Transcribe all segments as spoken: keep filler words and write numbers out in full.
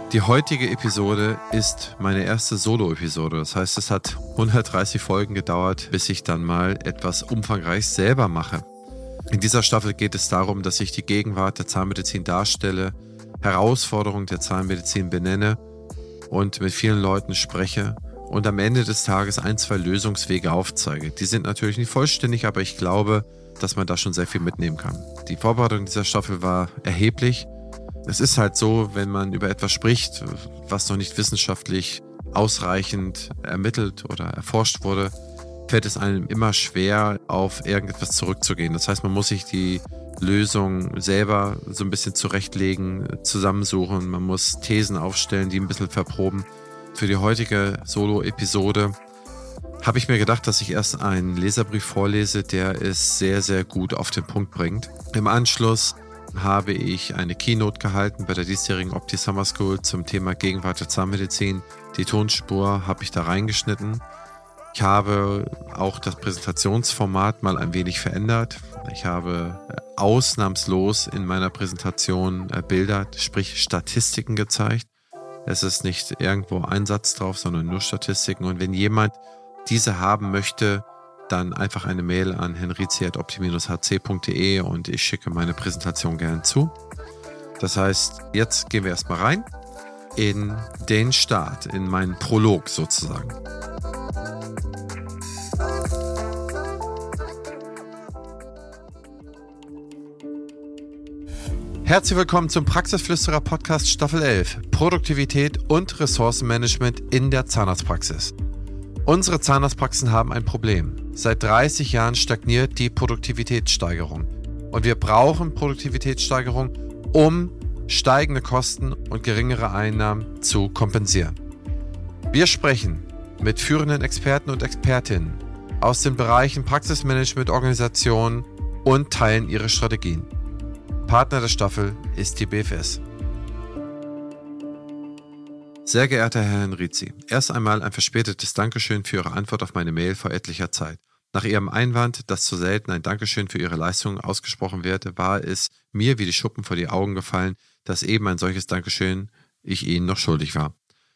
Die heutige Episode ist meine erste Solo-Episode. Das heißt, es hat hundertdreißig Folgen gedauert, bis ich dann mal etwas umfangreich selber mache. In dieser Staffel geht es darum, dass ich die Gegenwart der Zahnmedizin darstelle, Herausforderungen der Zahnmedizin benenne und mit vielen Leuten spreche und am Ende des Tages ein, zwei Lösungswege aufzeige. Die sind natürlich nicht vollständig, aber ich glaube, dass man da schon sehr viel mitnehmen kann. Die Vorbereitung dieser Staffel war erheblich. Es ist halt so, wenn man über etwas spricht, was noch nicht wissenschaftlich ausreichend ermittelt oder erforscht wurde, fällt es einem immer schwer, auf irgendetwas zurückzugehen. Das heißt, man muss sich die Lösung selber so ein bisschen zurechtlegen, zusammensuchen. Man muss Thesen aufstellen, die ein bisschen verproben. Für die heutige Solo-Episode habe ich mir gedacht, dass ich erst einen Leserbrief vorlese, der es sehr, sehr gut auf den Punkt bringt. Im Anschluss habe ich eine Keynote gehalten bei der diesjährigen Opti Summer School zum Thema Gegenwart der Zahnmedizin. Die Tonspur habe ich da reingeschnitten. Ich habe auch das Präsentationsformat mal ein wenig verändert. Ich habe ausnahmslos in meiner Präsentation Bilder, sprich Statistiken gezeigt. Es ist nicht irgendwo ein Satz drauf, sondern nur Statistiken. Und wenn jemand diese haben möchte, dann einfach eine Mail an henrizi at opti dash h c punkt d e und ich schicke meine Präsentation gerne zu. Das heißt, jetzt gehen wir erstmal rein in den Start, in meinen Prolog sozusagen. Herzlich willkommen zum Praxisflüsterer Podcast Staffel elf, Produktivität und Ressourcenmanagement in der Zahnarztpraxis. Unsere Zahnarztpraxen haben ein Problem. Seit dreißig Jahren stagniert die Produktivitätssteigerung. Und wir brauchen Produktivitätssteigerung, um steigende Kosten und geringere Einnahmen zu kompensieren. Wir sprechen mit führenden Experten und Expertinnen aus den Bereichen Praxismanagement, Organisation und teilen ihre Strategien. Partner der Staffel ist die B F S. Sehr geehrter Herr Henrizi, erst einmal ein verspätetes Dankeschön für Ihre Antwort auf meine Mail vor etlicher Zeit. Nach Ihrem Einwand, dass zu selten ein Dankeschön für Ihre Leistungen ausgesprochen werde, war es mir wie die Schuppen vor die Augen gefallen, dass eben ein solches Dankeschön ich Ihnen noch schuldig war.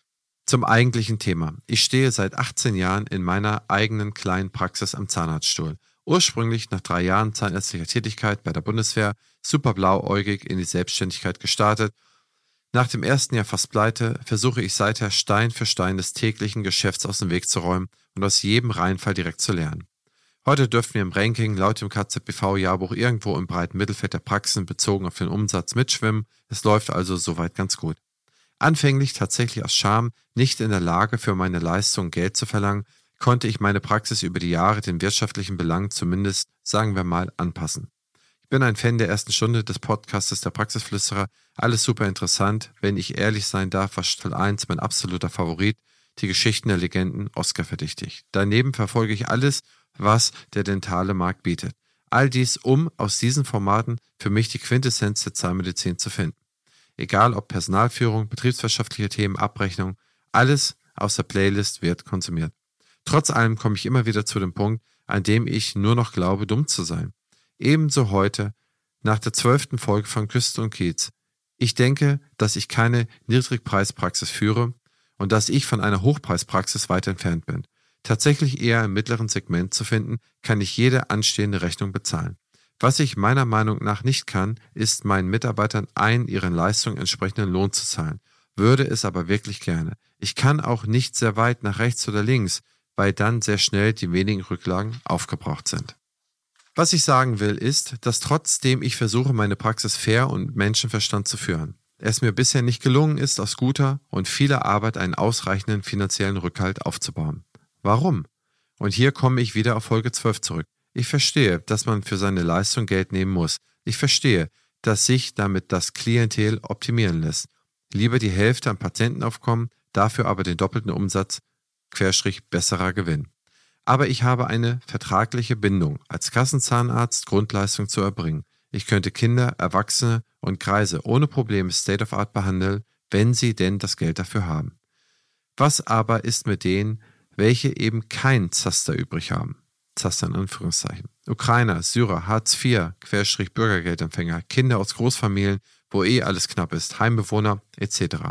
Zum eigentlichen Thema. Ich stehe seit achtzehn Jahren in meiner eigenen kleinen Praxis am Zahnarztstuhl. Ursprünglich nach drei Jahren zahnärztlicher Tätigkeit bei der Bundeswehr, super blauäugig in die Selbstständigkeit gestartet. Nach dem ersten Jahr fast pleite, versuche ich seither Stein für Stein des täglichen Geschäfts aus dem Weg zu räumen und aus jedem Reinfall direkt zu lernen. Heute dürften wir im Ranking laut dem K Z B V-Jahrbuch irgendwo im breiten Mittelfeld der Praxen bezogen auf den Umsatz mitschwimmen. Es läuft also soweit ganz gut. Anfänglich tatsächlich aus Scham, nicht in der Lage für meine Leistung Geld zu verlangen, konnte ich meine Praxis über die Jahre den wirtschaftlichen Belangen zumindest, sagen wir mal, anpassen. Ich bin ein Fan der ersten Stunde des Podcastes der Praxisflüsterer. Alles super interessant. Wenn ich ehrlich sein darf, war Staffel eins mein absoluter Favorit. Die Geschichten der Legenden, Oscar verdächtig. Daneben verfolge ich alles, was der dentale Markt bietet. All dies, um aus diesen Formaten für mich die Quintessenz der Zahnmedizin zu finden. Egal ob Personalführung, betriebswirtschaftliche Themen, Abrechnung, alles aus der Playlist wird konsumiert. Trotz allem komme ich immer wieder zu dem Punkt, an dem ich nur noch glaube, dumm zu sein. Ebenso heute, nach der zwölften Folge von Küste und Kiez. Ich denke, dass ich keine Niedrigpreispraxis führe und dass ich von einer Hochpreispraxis weit entfernt bin. Tatsächlich eher im mittleren Segment zu finden, kann ich jede anstehende Rechnung bezahlen. Was ich meiner Meinung nach nicht kann, ist meinen Mitarbeitern einen ihren Leistungen entsprechenden Lohn zu zahlen. Würde es aber wirklich gerne. Ich kann auch nicht sehr weit nach rechts oder links, weil dann sehr schnell die wenigen Rücklagen aufgebraucht sind. Was ich sagen will, ist, dass trotzdem ich versuche, meine Praxis fair und mit Menschenverstand zu führen, es mir bisher nicht gelungen ist, aus guter und vieler Arbeit einen ausreichenden finanziellen Rückhalt aufzubauen. Warum? Und hier komme ich wieder auf Folge zwölf zurück. Ich verstehe, dass man für seine Leistung Geld nehmen muss. Ich verstehe, dass sich damit das Klientel optimieren lässt. Lieber die Hälfte an Patientenaufkommen, dafür aber den doppelten Umsatz, Querstrich besserer Gewinn. Aber ich habe eine vertragliche Bindung, als Kassenzahnarzt Grundleistung zu erbringen. Ich könnte Kinder, Erwachsene und Kreise ohne Probleme State of Art behandeln, wenn sie denn das Geld dafür haben. Was aber ist mit denen, welche eben kein Zaster übrig haben? Zaster in Anführungszeichen. Ukrainer, Syrer, Hartz vier, Querstrich Bürgergeldempfänger, Kinder aus Großfamilien, wo eh alles knapp ist, Heimbewohner et cetera.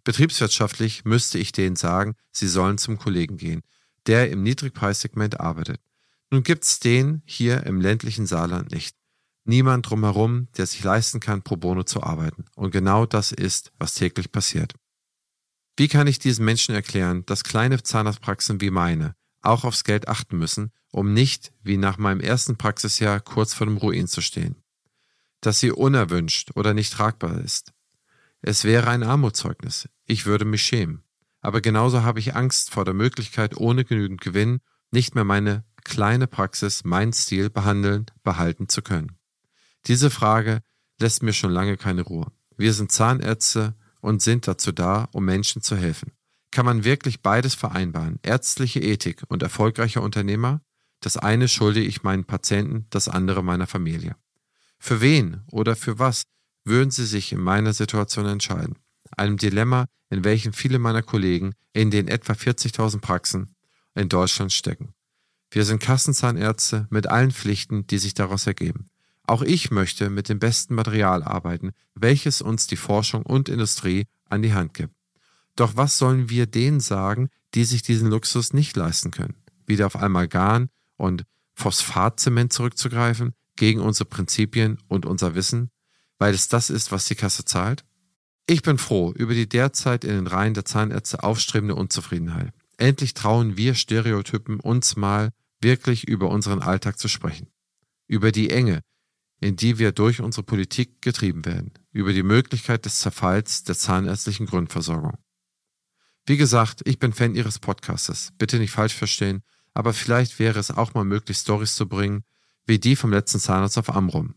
Betriebswirtschaftlich müsste ich denen sagen, sie sollen zum Kollegen gehen, der im Niedrigpreissegment arbeitet. Nun gibt's den hier im ländlichen Saarland nicht. Niemand drumherum, der sich leisten kann, pro bono zu arbeiten. Und genau das ist, was täglich passiert. Wie kann ich diesen Menschen erklären, dass kleine Zahnarztpraxen wie meine auch aufs Geld achten müssen, um nicht, wie nach meinem ersten Praxisjahr, kurz vor dem Ruin zu stehen? Dass sie unerwünscht oder nicht tragbar ist. Es wäre ein Armutszeugnis. Ich würde mich schämen. Aber genauso habe ich Angst vor der Möglichkeit, ohne genügend Gewinn nicht mehr meine kleine Praxis, meinen Stil behandeln, behalten zu können. Diese Frage lässt mir schon lange keine Ruhe. Wir sind Zahnärzte und sind dazu da, um Menschen zu helfen. Kann man wirklich beides vereinbaren? Ärztliche Ethik und erfolgreicher Unternehmer? Das eine schulde ich meinen Patienten, das andere meiner Familie. Für wen oder für was würden Sie sich in meiner Situation entscheiden? Einem Dilemma, in welchem viele meiner Kollegen in den etwa vierzigtausend Praxen in Deutschland stecken. Wir sind Kassenzahnärzte mit allen Pflichten, die sich daraus ergeben. Auch ich möchte mit dem besten Material arbeiten, welches uns die Forschung und Industrie an die Hand gibt. Doch was sollen wir denen sagen, die sich diesen Luxus nicht leisten können? Wieder auf Amalgam und Phosphatzement zurückzugreifen, gegen unsere Prinzipien und unser Wissen, weil es das ist, was die Kasse zahlt? Ich bin froh über die derzeit in den Reihen der Zahnärzte aufstrebende Unzufriedenheit. Endlich trauen wir Stereotypen uns mal wirklich über unseren Alltag zu sprechen. Über die Enge, in die wir durch unsere Politik getrieben werden, über die Möglichkeit des Zerfalls der zahnärztlichen Grundversorgung. Wie gesagt, ich bin Fan Ihres Podcastes, bitte nicht falsch verstehen, aber vielleicht wäre es auch mal möglich, Storys zu bringen, wie die vom letzten Zahnarzt auf Amrum.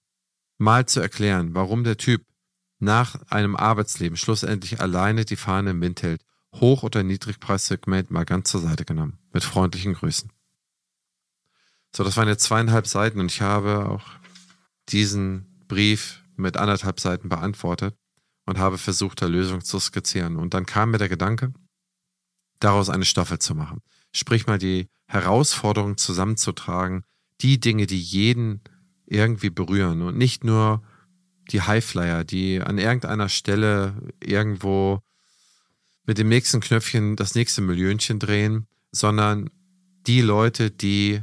Mal zu erklären, warum der Typ nach einem Arbeitsleben schlussendlich alleine die Fahne im Wind hält, Hoch- oder Niedrigpreissegment mal ganz zur Seite genommen. Mit freundlichen Grüßen. So, das waren jetzt zweieinhalb Seiten und ich habe auch diesen Brief mit anderthalb Seiten beantwortet und habe versucht, da Lösungen zu skizzieren. Und dann kam mir der Gedanke, daraus eine Staffel zu machen. Sprich mal die Herausforderung zusammenzutragen, die Dinge, die jeden irgendwie berühren und nicht nur die Highflyer, die an irgendeiner Stelle irgendwo mit dem nächsten Knöpfchen das nächste Millionchen drehen, sondern die Leute, die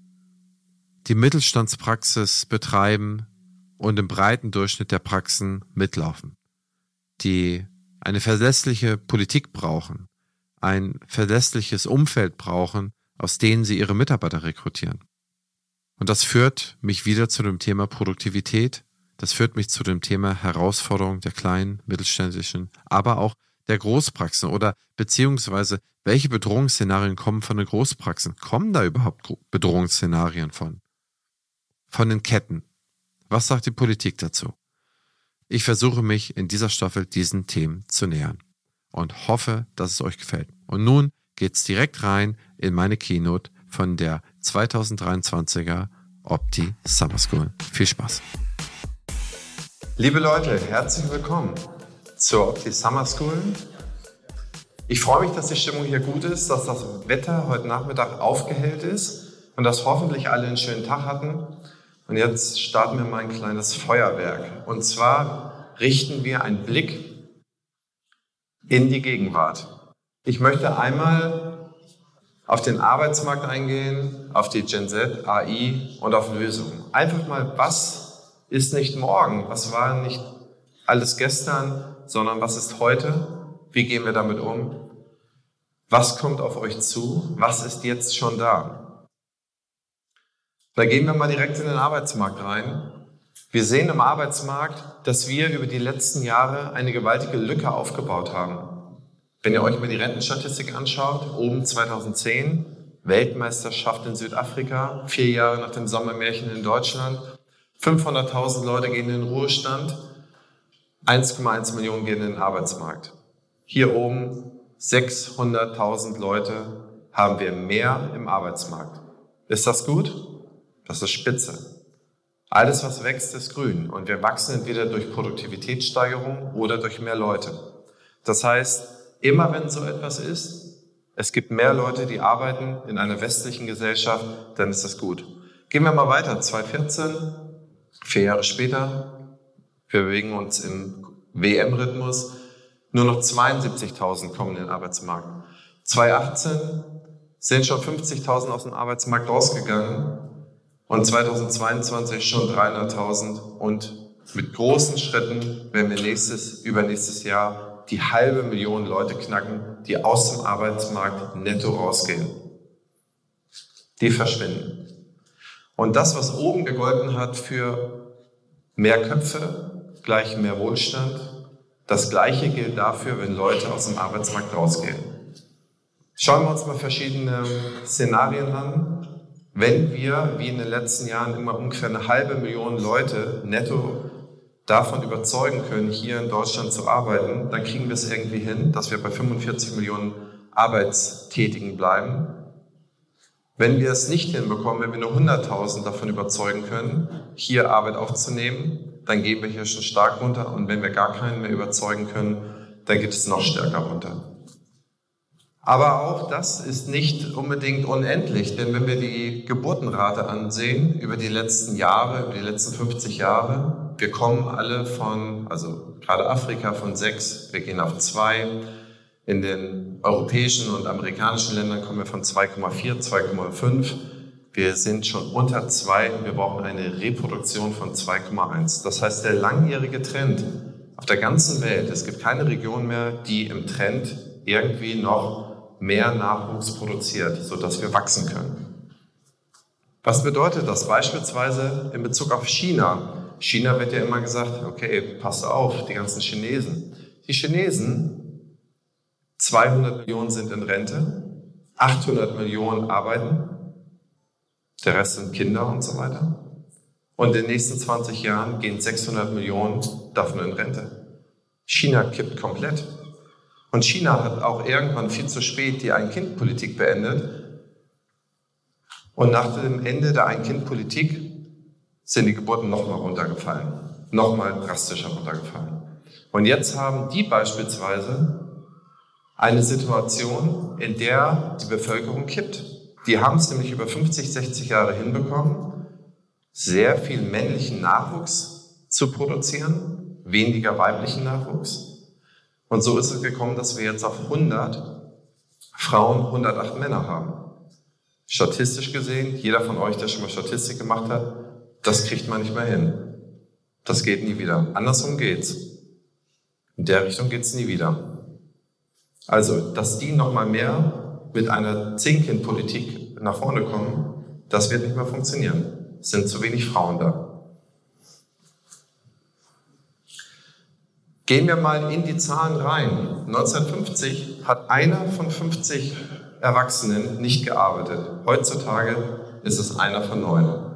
die Mittelstandspraxis betreiben und im breiten Durchschnitt der Praxen mitlaufen, die eine verlässliche Politik brauchen, ein verlässliches Umfeld brauchen, aus denen sie ihre Mitarbeiter rekrutieren. Und das führt mich wieder zu dem Thema Produktivität, das führt mich zu dem Thema Herausforderung der kleinen, mittelständischen, aber auch der Großpraxen oder beziehungsweise welche Bedrohungsszenarien kommen von den Großpraxen? Kommen da überhaupt Bedrohungsszenarien von? Von den Ketten. Was sagt die Politik dazu? Ich versuche mich in dieser Staffel diesen Themen zu nähern und hoffe, dass es euch gefällt. Und nun geht's direkt rein in meine Keynote von der zweitausenddreiundzwanziger Opti Summer School. Viel Spaß! Liebe Leute, herzlich willkommen zur Opti Summer School. Ich freue mich, dass die Stimmung hier gut ist, dass das Wetter heute Nachmittag aufgehellt ist und dass hoffentlich alle einen schönen Tag hatten. Und jetzt starten wir mal ein kleines Feuerwerk. Und zwar richten wir einen Blick in die Gegenwart. Ich möchte einmal auf den Arbeitsmarkt eingehen, auf die Gen Z, A I und auf Lösungen. Einfach mal, was ist nicht morgen, was war nicht alles gestern, sondern was ist heute, wie gehen wir damit um, was kommt auf euch zu, was ist jetzt schon da. Da gehen wir mal direkt in den Arbeitsmarkt rein. Wir sehen im Arbeitsmarkt, dass wir über die letzten Jahre eine gewaltige Lücke aufgebaut haben. Wenn ihr euch mal die Rentenstatistik anschaut, oben zweitausendzehn, Weltmeisterschaft in Südafrika, vier Jahre nach dem Sommermärchen in Deutschland, fünfhunderttausend Leute gehen in den Ruhestand, eins Komma eins Millionen gehen in den Arbeitsmarkt. Hier oben sechshunderttausend Leute haben wir mehr im Arbeitsmarkt. Ist das gut? Das ist spitze. Alles, was wächst, ist grün und wir wachsen entweder durch Produktivitätssteigerung oder durch mehr Leute. Das heißt, immer wenn so etwas ist, es gibt mehr Leute, die arbeiten in einer westlichen Gesellschaft, dann ist das gut. Gehen wir mal weiter, zweitausendvierzehn, vier Jahre später, wir bewegen uns im W M-Rhythmus. Nur noch zweiundsiebzigtausend kommen in den Arbeitsmarkt. zweitausendachtzehn sind schon fünfzigtausend aus dem Arbeitsmarkt rausgegangen und zweitausendzweiundzwanzig schon dreihunderttausend und mit großen Schritten werden wir nächstes, übernächstes Jahr die halbe Million Leute knacken, die aus dem Arbeitsmarkt netto rausgehen. Die verschwinden. Und das, was oben gegolten hat für mehr Köpfe, gleich mehr Wohlstand, das Gleiche gilt dafür, wenn Leute aus dem Arbeitsmarkt rausgehen. Schauen wir uns mal verschiedene Szenarien an. Wenn wir, wie in den letzten Jahren, immer ungefähr eine halbe Million Leute netto davon überzeugen können, hier in Deutschland zu arbeiten, dann kriegen wir es irgendwie hin, dass wir bei fünfundvierzig Millionen Arbeitstätigen bleiben. Wenn wir es nicht hinbekommen, wenn wir nur hunderttausend davon überzeugen können, hier Arbeit aufzunehmen, dann gehen wir hier schon stark runter. Und wenn wir gar keinen mehr überzeugen können, dann geht es noch stärker runter. Aber auch das ist nicht unbedingt unendlich, denn wenn wir die Geburtenrate ansehen über die letzten Jahre, über die letzten fünfzig Jahre, wir kommen alle von, also gerade Afrika von sechs, wir gehen auf zwei. In den europäischen und amerikanischen Ländern kommen wir von zwei Komma vier, zwei Komma fünf. Wir sind schon unter zwei und wir brauchen eine Reproduktion von zwei Komma eins. Das heißt, der langjährige Trend auf der ganzen Welt, es gibt keine Region mehr, die im Trend irgendwie noch mehr Nachwuchs produziert, sodass wir wachsen können. Was bedeutet das beispielsweise in Bezug auf China? China wird ja immer gesagt, okay, passt auf, die ganzen Chinesen. Die Chinesen, zweihundert Millionen sind in Rente, achthundert Millionen arbeiten, der Rest sind Kinder und so weiter. Und in den nächsten zwanzig Jahren gehen sechshundert Millionen davon in Rente. China kippt komplett. Und China hat auch irgendwann viel zu spät die Ein-Kind-Politik beendet. Und nach dem Ende der Ein-Kind-Politik sind die Geburten nochmal runtergefallen, nochmal drastischer runtergefallen. Und jetzt haben die beispielsweise eine Situation, in der die Bevölkerung kippt. Die haben es nämlich über fünfzig, sechzig Jahre hinbekommen, sehr viel männlichen Nachwuchs zu produzieren, weniger weiblichen Nachwuchs. Und so ist es gekommen, dass wir jetzt auf hundert Frauen hundertacht Männer haben. Statistisch gesehen, jeder von euch, der schon mal Statistik gemacht hat, das kriegt man nicht mehr hin. Das geht nie wieder. Andersrum geht's. In der Richtung geht's nie wieder. Also, dass die nochmal mehr mit einer Zehn-Kind-Politik nach vorne kommen, das wird nicht mehr funktionieren. Es sind zu wenig Frauen da. Gehen wir mal in die Zahlen rein. neunzehnhundertfünfzig hat einer von fünfzig Erwachsenen nicht gearbeitet. Heutzutage ist es einer von neun.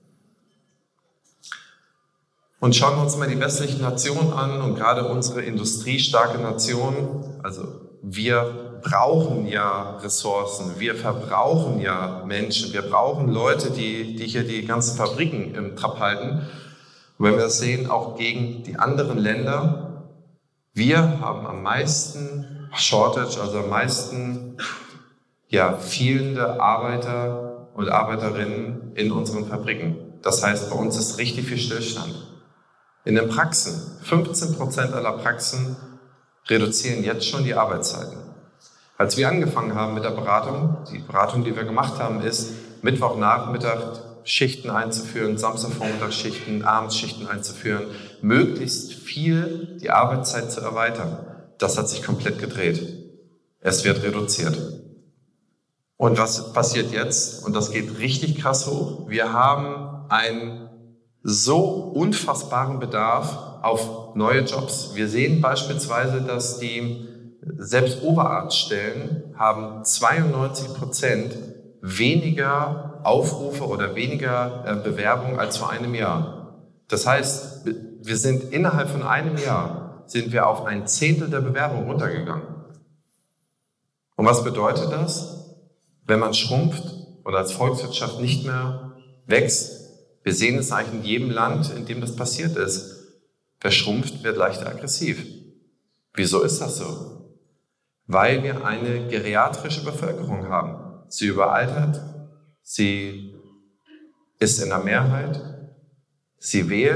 Und schauen wir uns mal die westlichen Nationen an und gerade unsere industriestarke Nation. Also wir brauchen ja Ressourcen, wir verbrauchen ja Menschen, wir brauchen Leute, die, die hier die ganzen Fabriken im Trab halten. Und wenn wir das sehen, auch gegen die anderen Länder, wir haben am meisten Shortage, also am meisten ja, fehlende Arbeiter und Arbeiterinnen in unseren Fabriken. Das heißt, bei uns ist richtig viel Stillstand. In den Praxen, fünfzehn Prozent aller Praxen reduzieren jetzt schon die Arbeitszeiten. Als wir angefangen haben mit der Beratung, die Beratung, die wir gemacht haben, ist, Mittwochnachmittag Schichten einzuführen, Samstagvormittag Schichten, Abendsschichten einzuführen, möglichst viel die Arbeitszeit zu erweitern. Das hat sich komplett gedreht. Es wird reduziert. Und was passiert jetzt? Und das geht richtig krass hoch. Wir haben einen so unfassbaren Bedarf auf neue Jobs. Wir sehen beispielsweise, dass die selbst Oberarztstellen haben zweiundneunzig Prozent weniger Aufrufe oder weniger äh, Bewerbungen als vor einem Jahr. Das heißt, wir sind innerhalb von einem Jahr sind wir auf ein Zehntel der Bewerbung runtergegangen. Und was bedeutet das? Wenn man schrumpft oder als Volkswirtschaft nicht mehr wächst, wir sehen es eigentlich in jedem Land, in dem das passiert ist. Wer schrumpft, wird leichter aggressiv. Wieso ist das so? Weil wir eine geriatrische Bevölkerung haben. Sie überaltert, sie ist in der Mehrheit, sie wählt,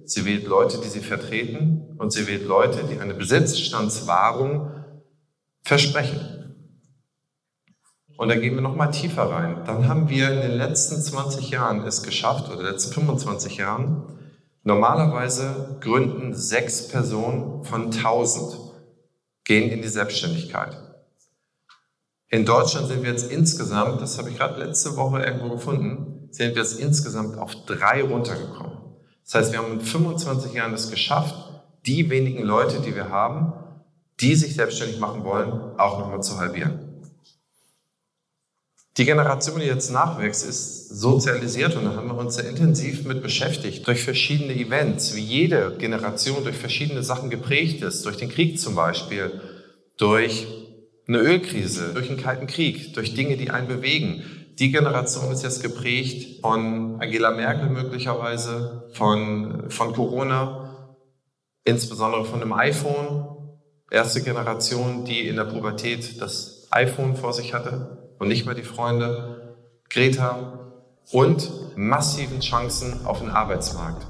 Sie wählt Leute, die sie vertreten, und sie wählt Leute, die eine Besitzstandswahrung versprechen. Und da gehen wir noch mal tiefer rein. Dann haben wir in den letzten zwanzig Jahren es geschafft, oder letzten fünfundzwanzig Jahren, normalerweise gründen sechs Personen von tausend, gehen in die Selbstständigkeit. In Deutschland sind wir jetzt insgesamt, das habe ich gerade letzte Woche irgendwo gefunden, sind wir jetzt insgesamt auf drei runtergekommen. Das heißt, wir haben in fünfundzwanzig Jahren es geschafft, die wenigen Leute, die wir haben, die sich selbstständig machen wollen, auch nochmal zu halbieren. Die Generation, die jetzt nachwächst, ist sozialisiert und da haben wir uns sehr intensiv mit beschäftigt. Durch verschiedene Events, wie jede Generation durch verschiedene Sachen geprägt ist, durch den Krieg zum Beispiel, durch eine Ölkrise, durch einen Kalten Krieg, durch Dinge, die einen bewegen. Die Generation ist jetzt geprägt von Angela Merkel möglicherweise, von, von Corona, insbesondere von dem iPhone. Erste Generation, die in der Pubertät das iPhone vor sich hatte und nicht mehr die Freunde. Greta und massiven Chancen auf den Arbeitsmarkt.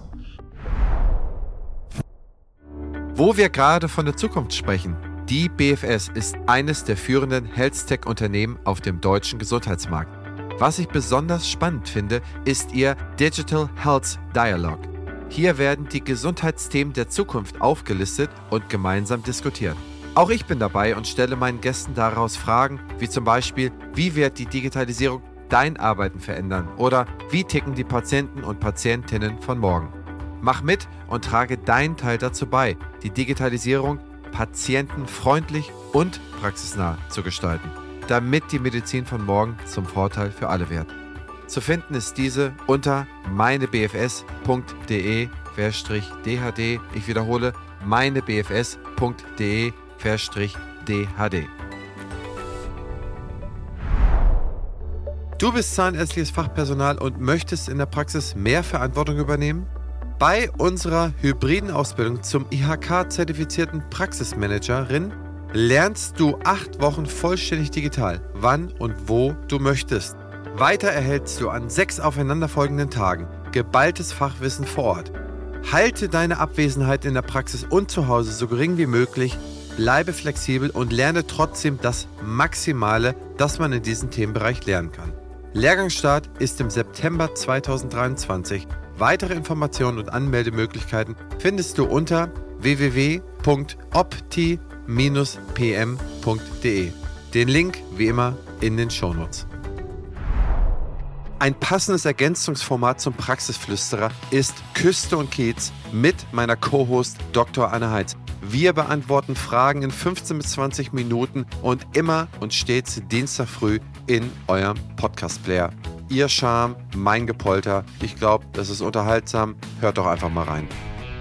Wo wir gerade von der Zukunft sprechen, die B F S ist eines der führenden Health-Tech-Unternehmen auf dem deutschen Gesundheitsmarkt. Was ich besonders spannend finde, ist ihr Digital Health Dialogue. Hier werden die Gesundheitsthemen der Zukunft aufgelistet und gemeinsam diskutiert. Auch ich bin dabei und stelle meinen Gästen daraus Fragen, wie zum Beispiel, wie wird die Digitalisierung dein Arbeiten verändern oder wie ticken die Patienten und Patientinnen von morgen. Mach mit und trage deinen Teil dazu bei, die Digitalisierung patientenfreundlich und praxisnah zu gestalten, damit die Medizin von morgen zum Vorteil für alle wird. Zu finden ist diese unter meinebfs punkt de D H D. Ich wiederhole, meinebfs punkt de D H D. Du bist zahnärztliches Fachpersonal und möchtest in der Praxis mehr Verantwortung übernehmen? Bei unserer hybriden Ausbildung zum I H K-zertifizierten Praxismanagerin lernst du acht Wochen vollständig digital, wann und wo du möchtest. Weiter erhältst du an sechs aufeinanderfolgenden Tagen geballtes Fachwissen vor Ort. Halte deine Abwesenheit in der Praxis und zu Hause so gering wie möglich, bleibe flexibel und lerne trotzdem das Maximale, das man in diesem Themenbereich lernen kann. Lehrgangsstart ist im September zweitausenddreiundzwanzig. Weitere Informationen und Anmeldemöglichkeiten findest du unter w w w punkt opti Bindestrich p m punkt de. Den Link wie immer in den Shownotes. Ein passendes Ergänzungsformat zum Praxisflüsterer ist Küste und Kiez mit meiner Co-Host Doktor Anne Heitz. Wir beantworten Fragen in fünfzehn bis zwanzig Minuten und immer und stets Dienstag früh in eurem Podcast-Player. Ihr Charme, mein Gepolter. Ich glaube, das ist unterhaltsam. Hört doch einfach mal rein.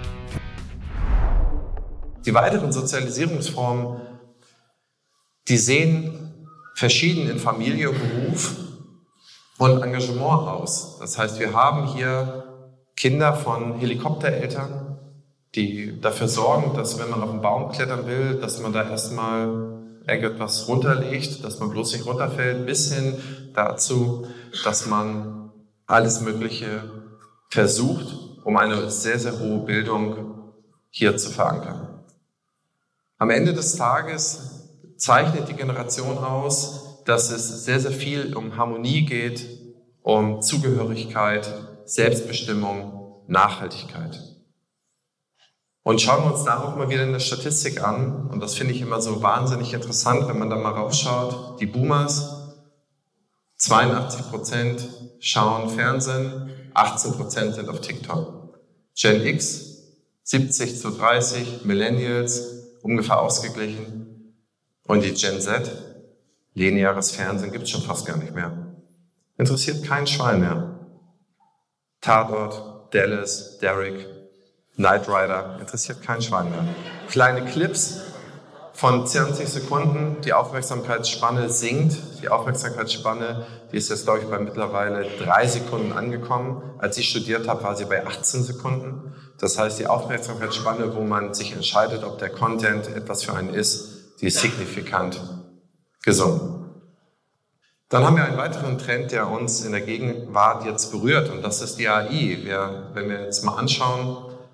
Die weiteren Sozialisierungsformen, die sehen verschieden in Familie, Beruf und Engagement aus. Das heißt, wir haben hier Kinder von Helikoptereltern, die dafür sorgen, dass wenn man auf einen Baum klettern will, dass man da erstmal irgendetwas runterlegt, dass man bloß nicht runterfällt, bis hin dazu, dass man alles Mögliche versucht, um eine sehr, sehr hohe Bildung hier zu verankern. Am Ende des Tages zeichnet die Generation aus, dass es sehr, sehr viel um Harmonie geht, um Zugehörigkeit, Selbstbestimmung, Nachhaltigkeit. Und schauen wir uns da auch mal wieder eine Statistik an, und das finde ich immer so wahnsinnig interessant, wenn man da mal raufschaut. Die Boomers, zweiundachtzig Prozent schauen Fernsehen, achtzehn Prozent sind auf TikTok. Gen X, siebzig zu dreißig, Millennials, ungefähr ausgeglichen. Und die Gen Z, lineares Fernsehen gibt es schon fast gar nicht mehr. Interessiert kein Schwein mehr. Tatort, Dallas, Derrick, Knight Rider, interessiert kein Schwein mehr. Kleine Clips von zwanzig Sekunden, die Aufmerksamkeitsspanne sinkt. Die Aufmerksamkeitsspanne, die ist jetzt, glaube ich, bei mittlerweile drei Sekunden angekommen. Als ich studiert habe, war sie bei achtzehn Sekunden. Das heißt, die Aufmerksamkeitsspanne, wo man sich entscheidet, ob der Content etwas für einen ist, die ist signifikant gesunken. Dann haben wir einen weiteren Trend, der uns in der Gegenwart jetzt berührt, und das ist die A I. Wir, wenn wir jetzt mal anschauen,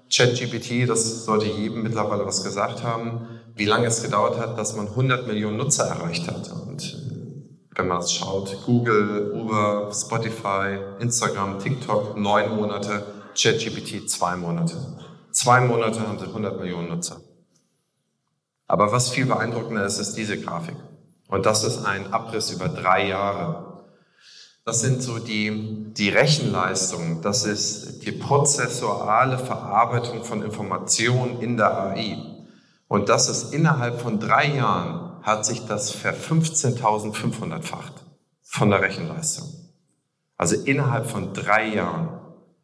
ChatGPT, das sollte jedem mittlerweile was gesagt haben, wie lange es gedauert hat, dass man hundert Millionen Nutzer erreicht hat. Und wenn man es schaut, Google, Uber, Spotify, Instagram, TikTok, neun Monate, ChatGPT zwei Monate. Zwei Monate haben sie hundert Millionen Nutzer. Aber was viel beeindruckender ist, ist diese Grafik. Und das ist ein Abriss über drei Jahre. Das sind so die, die Rechenleistungen, das ist die prozessuale Verarbeitung von Informationen in der A I. Und das ist innerhalb von drei Jahren hat sich das verfünfzehntausendfünfhundertfacht von der Rechenleistung. Also innerhalb von drei Jahren.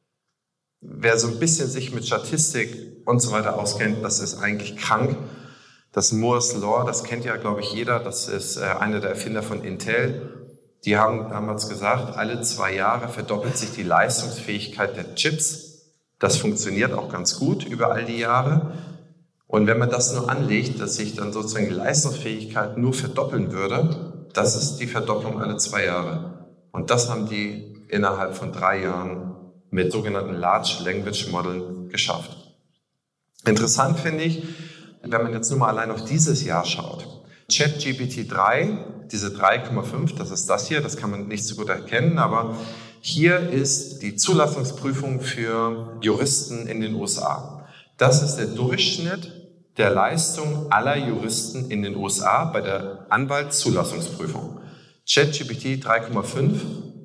Wer so ein bisschen sich mit Statistik und so weiter auskennt, das ist eigentlich krank. Das Moore's Law, das kennt ja, glaube ich, jeder, das ist äh, einer der Erfinder von Intel. Die haben damals gesagt, alle zwei Jahre verdoppelt sich die Leistungsfähigkeit der Chips. Das funktioniert auch ganz gut über all die Jahre. Und wenn man das nur anlegt, dass sich dann sozusagen die Leistungsfähigkeit nur verdoppeln würde, das ist die Verdopplung alle zwei Jahre. Und das haben die innerhalb von drei Jahren mit sogenannten Large Language Models geschafft. Interessant finde ich, wenn man jetzt nur mal allein auf dieses Jahr schaut. ChatGPT drei, diese drei Komma fünf, das ist das hier, das kann man nicht so gut erkennen, aber hier ist die Zulassungsprüfung für Juristen in den U S A. Das ist der Durchschnitt der Leistung aller Juristen in den U S A bei der Anwaltszulassungsprüfung. ChatGPT drei Komma fünf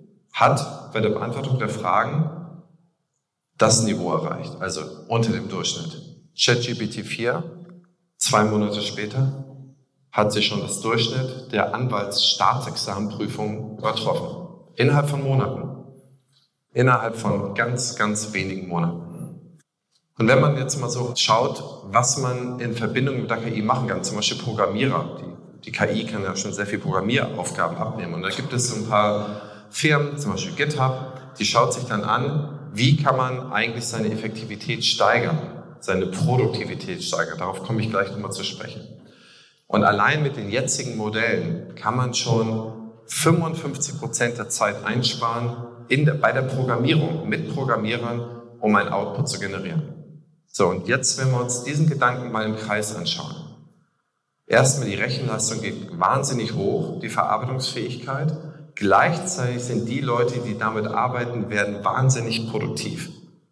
hat bei der Beantwortung der Fragen das Niveau erreicht, also unter dem Durchschnitt. ChatGPT vier, zwei Monate später, hat sich schon das Durchschnitt der Anwaltsstaatsexamenprüfung übertroffen. Innerhalb von Monaten. Innerhalb von ganz, ganz wenigen Monaten. Und wenn man jetzt mal so schaut, was man in Verbindung mit der K I machen kann, zum Beispiel Programmierer. Die, die K I kann ja schon sehr viel Programmieraufgaben abnehmen. Und da gibt es so ein paar Firmen, zum Beispiel GitHub, die schaut sich dann an, wie kann man eigentlich seine Effektivität steigern, seine Produktivität steigern. Darauf komme ich gleich nochmal zu sprechen. Und allein mit den jetzigen Modellen kann man schon fünfundfünfzig Prozent der Zeit einsparen in der, bei der Programmierung mit Programmierern, um ein Output zu generieren. So, und jetzt, wenn wir uns diesen Gedanken mal im Kreis anschauen. Erstmal, die Rechenleistung geht wahnsinnig hoch, die Verarbeitungsfähigkeit. Gleichzeitig sind die Leute, die damit arbeiten, werden wahnsinnig produktiv.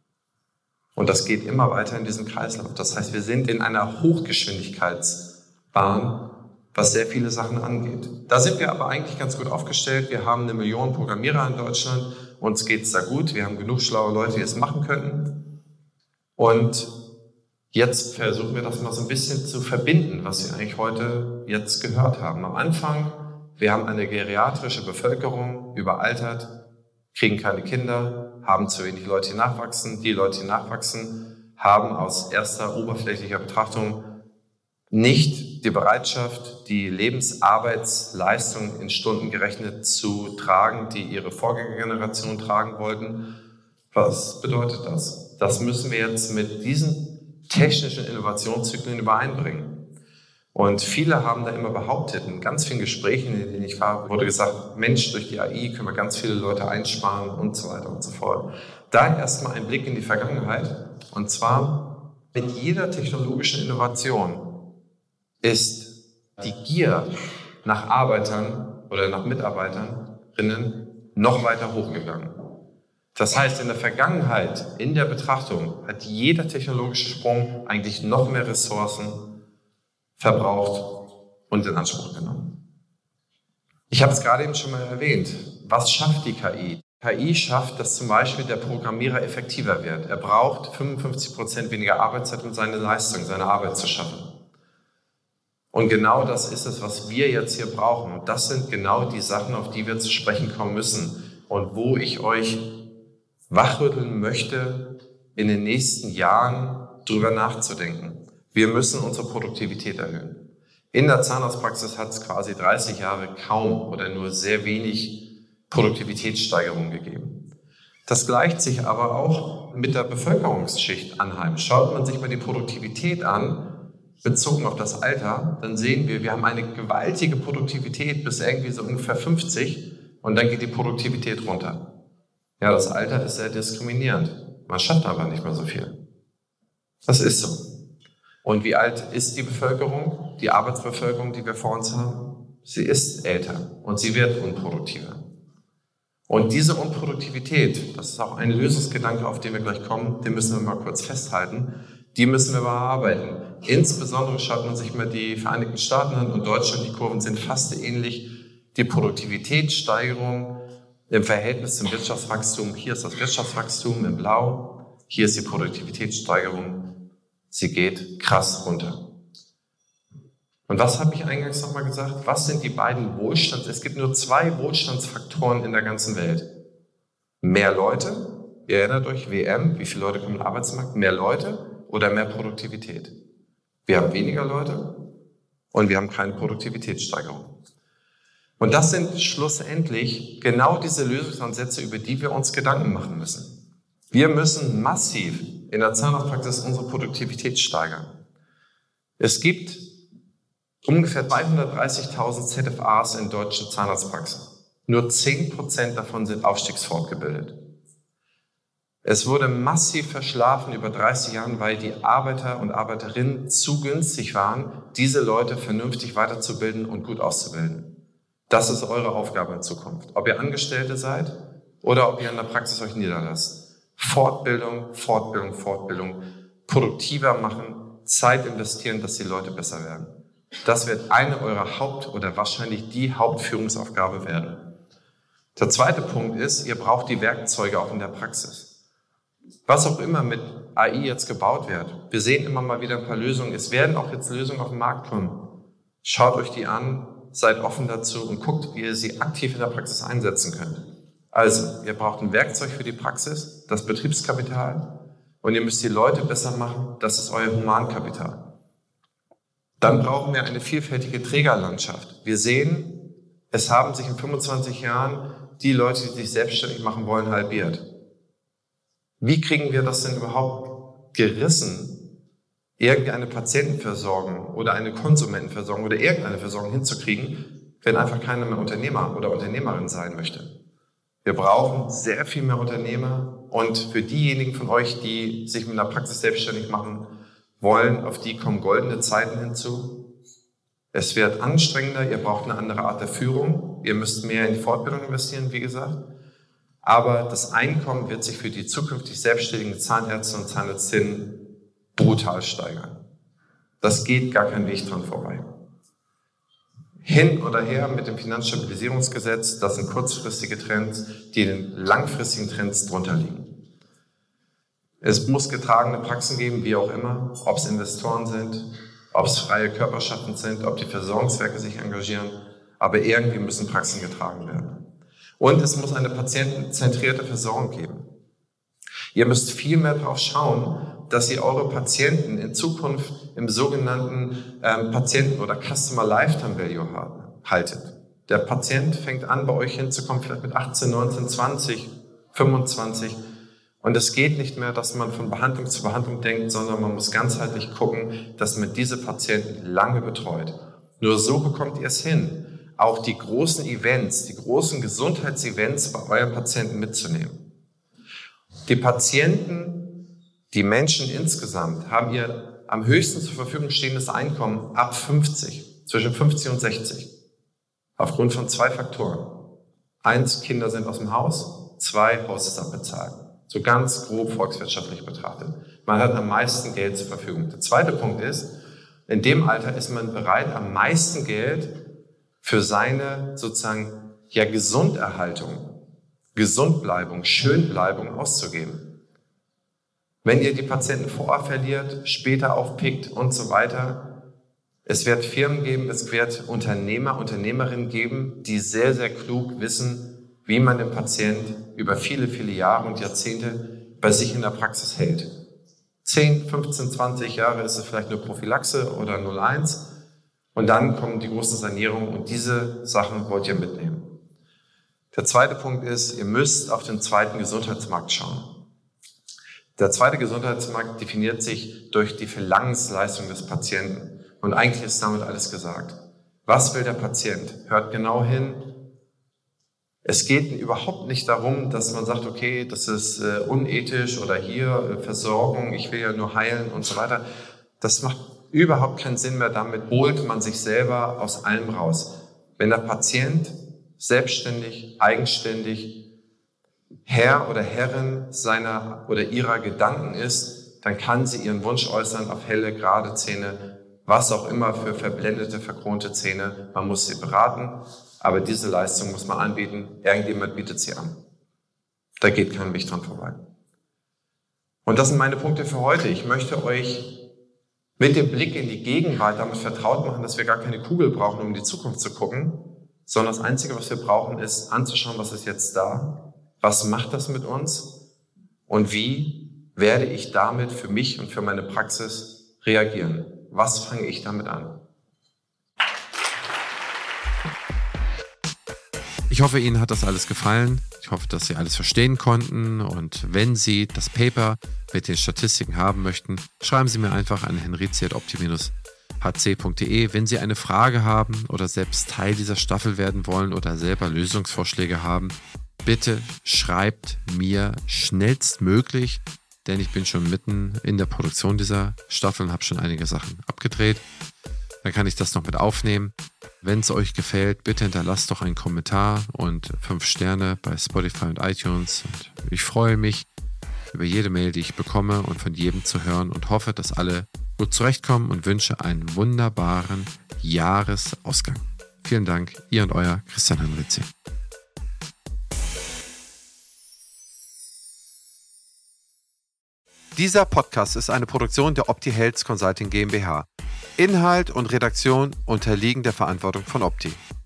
Und das geht immer weiter in diesem Kreislauf. Das heißt, wir sind in einer Hochgeschwindigkeits- Bahn, was sehr viele Sachen angeht. Da sind wir aber eigentlich ganz gut aufgestellt. Wir haben eine Million Programmierer in Deutschland. Uns geht es da gut. Wir haben genug schlaue Leute, die es machen könnten. Und jetzt versuchen wir das mal so ein bisschen zu verbinden, was wir eigentlich heute jetzt gehört haben. Am Anfang, wir haben eine geriatrische Bevölkerung, überaltert, kriegen keine Kinder, haben zu wenig Leute, die nachwachsen. Die Leute, die nachwachsen, haben aus erster oberflächlicher Betrachtung nicht die Bereitschaft, die Lebensarbeitsleistung in Stunden gerechnet zu tragen, die ihre Vorgängergeneration tragen wollten. Was bedeutet das? Das müssen wir jetzt mit diesen technischen Innovationszyklen übereinbringen. Und viele haben da immer behauptet, in ganz vielen Gesprächen, in denen ich war, wurde gesagt, Mensch, durch die A I können wir ganz viele Leute einsparen und so weiter und so fort. Da erstmal ein Blick in die Vergangenheit. Und zwar mit jeder technologischen Innovation ist die Gier nach Arbeitern oder nach Mitarbeiterinnen noch weiter hochgegangen. Das heißt, in der Vergangenheit, in der Betrachtung, hat jeder technologische Sprung eigentlich noch mehr Ressourcen verbraucht und in Anspruch genommen. Ich habe es gerade eben schon mal erwähnt. Was schafft die K I? K I schafft, dass zum Beispiel der Programmierer effektiver wird. Er braucht fünfundfünfzig Prozent weniger Arbeitszeit, um seine Leistung, seine Arbeit zu schaffen. Und genau das ist es, was wir jetzt hier brauchen. Und das sind genau die Sachen, auf die wir zu sprechen kommen müssen. Und wo ich euch wachrütteln möchte, in den nächsten Jahren drüber nachzudenken. Wir müssen unsere Produktivität erhöhen. In der Zahnarztpraxis hat es quasi dreißig Jahre kaum oder nur sehr wenig Produktivitätssteigerung gegeben. Das gleicht sich aber auch mit der Bevölkerungsschicht anheim. Schaut man sich mal die Produktivität an, bezogen auf das Alter, dann sehen wir, wir haben eine gewaltige Produktivität bis irgendwie so ungefähr fünfzig und dann geht die Produktivität runter. Ja, das Alter ist sehr diskriminierend. Man schafft aber nicht mehr so viel. Das ist so. Und wie alt ist die Bevölkerung, die Arbeitsbevölkerung, die wir vor uns haben? Sie ist älter und sie wird unproduktiver. Und diese Unproduktivität, das ist auch ein Lösungsgedanke, auf den wir gleich kommen, den müssen wir mal kurz festhalten, die müssen wir bearbeiten. Insbesondere schaut man sich mal die Vereinigten Staaten an und Deutschland, die Kurven sind fast ähnlich. Die Produktivitätssteigerung im Verhältnis zum Wirtschaftswachstum, hier ist das Wirtschaftswachstum in Blau, hier ist die Produktivitätssteigerung, sie geht krass runter. Und was habe ich eingangs nochmal gesagt? Was sind die beiden Wohlstands... Es gibt nur zwei Wohlstandsfaktoren in der ganzen Welt. Mehr Leute, ihr erinnert euch, W M, wie viele Leute kommen in den Arbeitsmarkt? Mehr Leute oder mehr Produktivität? Wir haben weniger Leute und wir haben keine Produktivitätssteigerung. Und das sind schlussendlich genau diese Lösungsansätze, über die wir uns Gedanken machen müssen. Wir müssen massiv in der Zahnarztpraxis unsere Produktivität steigern. Es gibt ungefähr zweihundertdreißigtausend Z F As in deutschen Zahnarztpraxen. Nur zehn Prozent davon sind aufstiegsfortgebildet. Es wurde massiv verschlafen über dreißig Jahren, weil die Arbeiter und Arbeiterinnen zu günstig waren, diese Leute vernünftig weiterzubilden und gut auszubilden. Das ist eure Aufgabe in Zukunft. Ob ihr Angestellte seid oder ob ihr in der Praxis euch niederlasst. Fortbildung, Fortbildung, Fortbildung, produktiver machen, Zeit investieren, dass die Leute besser werden. Das wird eine eurer Haupt- oder wahrscheinlich die Hauptführungsaufgabe werden. Der zweite Punkt ist, ihr braucht die Werkzeuge auch in der Praxis. Was auch immer mit A I jetzt gebaut wird, wir sehen immer mal wieder ein paar Lösungen. Es werden auch jetzt Lösungen auf den Markt kommen. Schaut euch die an, seid offen dazu und guckt, wie ihr sie aktiv in der Praxis einsetzen könnt. Also, ihr braucht ein Werkzeug für die Praxis, das Betriebskapital, und ihr müsst die Leute besser machen, das ist euer Humankapital. Dann brauchen wir eine vielfältige Trägerlandschaft. Wir sehen, es haben sich in fünfundzwanzig Jahren die Leute, die sich selbstständig machen wollen, halbiert. Wie kriegen wir das denn überhaupt gerissen, irgendwie eine Patientenversorgung oder eine Konsumentenversorgung oder irgendeine Versorgung hinzukriegen, wenn einfach keiner mehr Unternehmer oder Unternehmerin sein möchte? Wir brauchen sehr viel mehr Unternehmer, und für diejenigen von euch, die sich mit einer Praxis selbstständig machen wollen, auf die kommen goldene Zeiten hinzu. Es wird anstrengender, ihr braucht eine andere Art der Führung, ihr müsst mehr in die Fortbildung investieren, wie gesagt. Aber das Einkommen wird sich für die zukünftig selbstständigen Zahnärzte und Zahnärztinnen brutal steigern. Das geht gar kein Weg dran vorbei. Hin oder her mit dem Finanzstabilisierungsgesetz, das sind kurzfristige Trends, die den langfristigen Trends drunter liegen. Es muss getragene Praxen geben, wie auch immer, ob es Investoren sind, ob es freie Körperschaften sind, ob die Versorgungswerke sich engagieren, aber irgendwie müssen Praxen getragen werden. Und es muss eine patientenzentrierte Versorgung geben. Ihr müsst viel mehr darauf schauen, dass ihr eure Patienten in Zukunft im sogenannten ähm, Patienten- oder Customer Lifetime Value haben, haltet. Der Patient fängt an, bei euch hinzukommen, vielleicht mit achtzehn, neunzehn, zwanzig, fünfundzwanzig. Und es geht nicht mehr, dass man von Behandlung zu Behandlung denkt, sondern man muss ganzheitlich gucken, dass man diese Patienten lange betreut. Nur so bekommt ihr es hin, auch die großen Events, die großen Gesundheitsevents bei euren Patienten mitzunehmen. Die Patienten, die Menschen insgesamt, haben ihr am höchsten zur Verfügung stehendes Einkommen ab fünfzig, zwischen fünfzig und sechzig. Aufgrund von zwei Faktoren. Eins, Kinder sind aus dem Haus. Zwei, Haus ist abbezahlt. So ganz grob volkswirtschaftlich betrachtet. Man hat am meisten Geld zur Verfügung. Der zweite Punkt ist, in dem Alter ist man bereit, am meisten Geld für seine sozusagen ja Gesunderhaltung, Gesundbleibung, Schönbleibung auszugeben. Wenn ihr die Patienten vorher verliert, später aufpickt und so weiter, es wird Firmen geben, es wird Unternehmer, Unternehmerinnen geben, die sehr, sehr klug wissen, wie man den Patient über viele, viele Jahre und Jahrzehnte bei sich in der Praxis hält. zehn, fünfzehn, zwanzig Jahre ist es vielleicht nur Prophylaxe oder null eins und dann kommen die großen Sanierungen und diese Sachen wollt ihr mitnehmen. Der zweite Punkt ist, ihr müsst auf den zweiten Gesundheitsmarkt schauen. Der zweite Gesundheitsmarkt definiert sich durch die Verlangensleistung des Patienten und eigentlich ist damit alles gesagt. Was will der Patient? Hört genau hin. Es geht überhaupt nicht darum, dass man sagt, okay, das ist äh, unethisch oder hier äh, Versorgung, ich will ja nur heilen und so weiter. Das macht überhaupt keinen Sinn mehr. Damit holt man sich selber aus allem raus. Wenn der Patient selbstständig, eigenständig Herr oder Herrin seiner oder ihrer Gedanken ist, dann kann sie ihren Wunsch äußern auf helle, gerade Zähne, was auch immer für verblendete, verkronte Zähne. Man muss sie beraten, aber diese Leistung muss man anbieten. Irgendjemand bietet sie an. Da geht kein Weg dran vorbei. Und das sind meine Punkte für heute. Ich möchte euch mit dem Blick in die Gegenwart damit vertraut machen, dass wir gar keine Kugel brauchen, um in die Zukunft zu gucken, sondern das Einzige, was wir brauchen, ist anzuschauen, was ist jetzt da, was macht das mit uns und wie werde ich damit für mich und für meine Praxis reagieren. Was fange ich damit an? Ich hoffe, Ihnen hat das alles gefallen. Ich hoffe, dass Sie alles verstehen konnten. Und wenn Sie das Paper mit den Statistiken haben möchten, schreiben Sie mir einfach an henrizi at opti dash h c punkt d e. Wenn Sie eine Frage haben oder selbst Teil dieser Staffel werden wollen oder selber Lösungsvorschläge haben, bitte schreibt mir schnellstmöglich, denn ich bin schon mitten in der Produktion dieser Staffel und habe schon einige Sachen abgedreht. Dann kann ich das noch mit aufnehmen. Wenn es euch gefällt, bitte hinterlasst doch einen Kommentar und fünf Sterne bei Spotify und iTunes. Und ich freue mich über jede Mail, die ich bekomme und von jedem zu hören und hoffe, dass alle gut zurechtkommen und wünsche einen wunderbaren Jahresausgang. Vielen Dank, ihr und euer Christian Henrizi. Dieser Podcast ist eine Produktion der Opti Health Consulting GmbH. Inhalt und Redaktion unterliegen der Verantwortung von Opti.